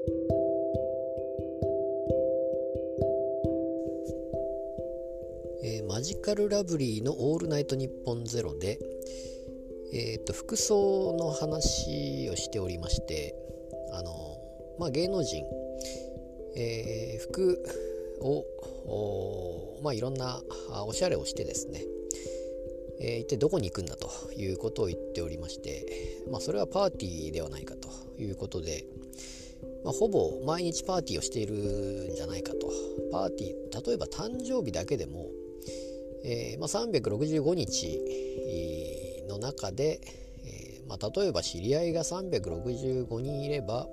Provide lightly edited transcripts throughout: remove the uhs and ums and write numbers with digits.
マジカルラブリーのオールナイトニッポンゼロで、服装の話をしておりまして、芸能人、服をいろんなおしゃれをしてですね、一体どこに行くんだということを言っておりまして、それはパーティーではないかということで、ほぼ毎日パーティーをしているんじゃないかと。パーティー、例えば誕生日だけでも、365日の中で、例えば知り合いが365人いれば、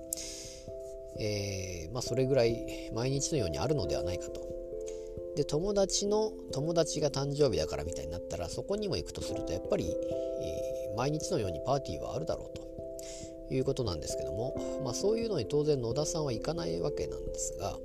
それぐらい毎日のようにあるのではないかと。で、友達が誕生日だからみたいになったら、そこにも行くとするとやっぱり、毎日のようにパーティーはあるだろうということなんですけども、そういうのに当然野田さんは行かないわけなんですが、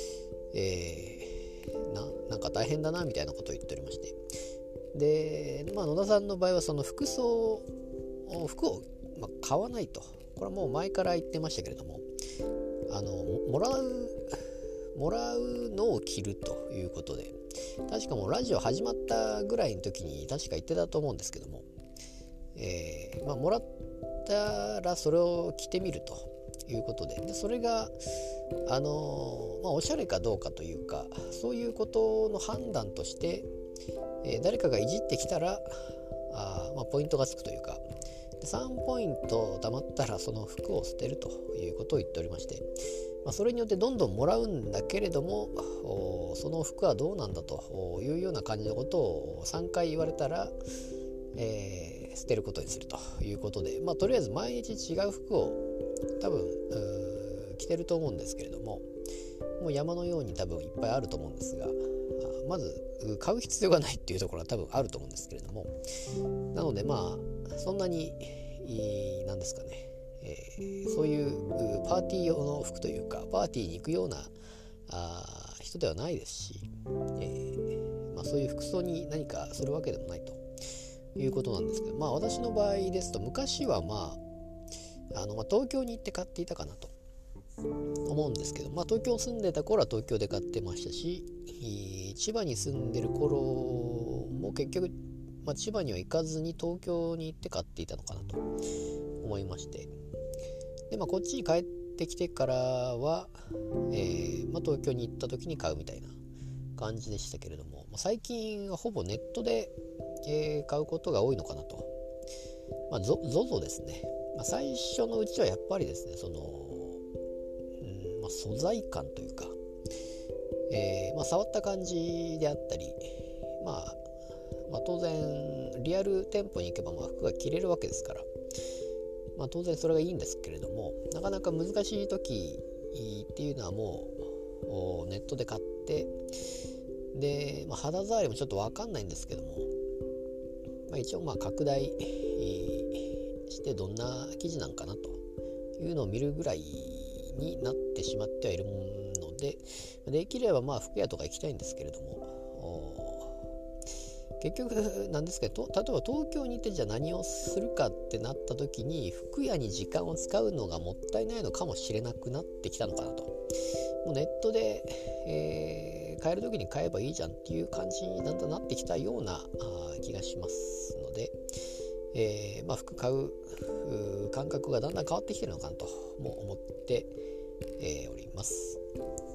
なんか大変だなみたいなことを言っておりまして、で、野田さんの場合はその服を、買わないと。これはもう前から言ってましたけれども、もらうのを着るということで、確かもうラジオ始まったぐらいの時に確か言ってたと思うんですけども、もらったらそれを着てみるということで、それがおしゃれかどうかというか、そういうことの判断として、誰かがいじってきたらポイントがつくというか、3ポイント貯まったらその服を捨てるということを言っておりまして、それによってどんどんもらうんだけれども、その服はどうなんだというような感じのことを3回言われたら、捨てることにするということで、とりあえず毎日違う服を多分着てると思うんですけれども、もう山のように多分いっぱいあると思うんですが、まず買う必要がないっていうところは多分あると思うんですけれども、なのでそんなになんですかね、そういうパーティー用の服というか、パーティーに行くような人ではないですし、そういう服装に何かするわけでもないということなんですけど、私の場合ですと、昔は東京に行って買っていたかなと思うんですけど、東京住んでた頃は東京で買ってましたし、千葉に住んでる頃も結局、千葉には行かずに東京に行って買っていたのかなと思いまして、で、こっちに帰ってきてからは、東京に行った時に買うみたいな感じでしたけれども、最近はほぼネットで、買うことが多いのかなと。ZOZO ですね。最初のうちはやっぱりですね、素材感というか、触った感じであったり、当然リアル店舗に行けば服が着れるわけですから、当然それがいいんですけれども、なかなか難しい時っていうのはもうネットで買って、で、肌触りもちょっと分かんないんですけども、一応拡大してどんな生地なんかなというのを見るぐらいになってしまってはいるので、できれば服屋とか行きたいんですけれども、結局なんですけど、例えば東京に行ってじゃあ何をするかってなった時に、服屋に時間を使うのがもったいないのかもしれなくなってきたのかなと。もうネットで、買える時に買えばいいじゃんっていう感じにだんだんなってきたような気がしますので、服買う感覚がだんだん変わってきてるのかなとも思って、おります。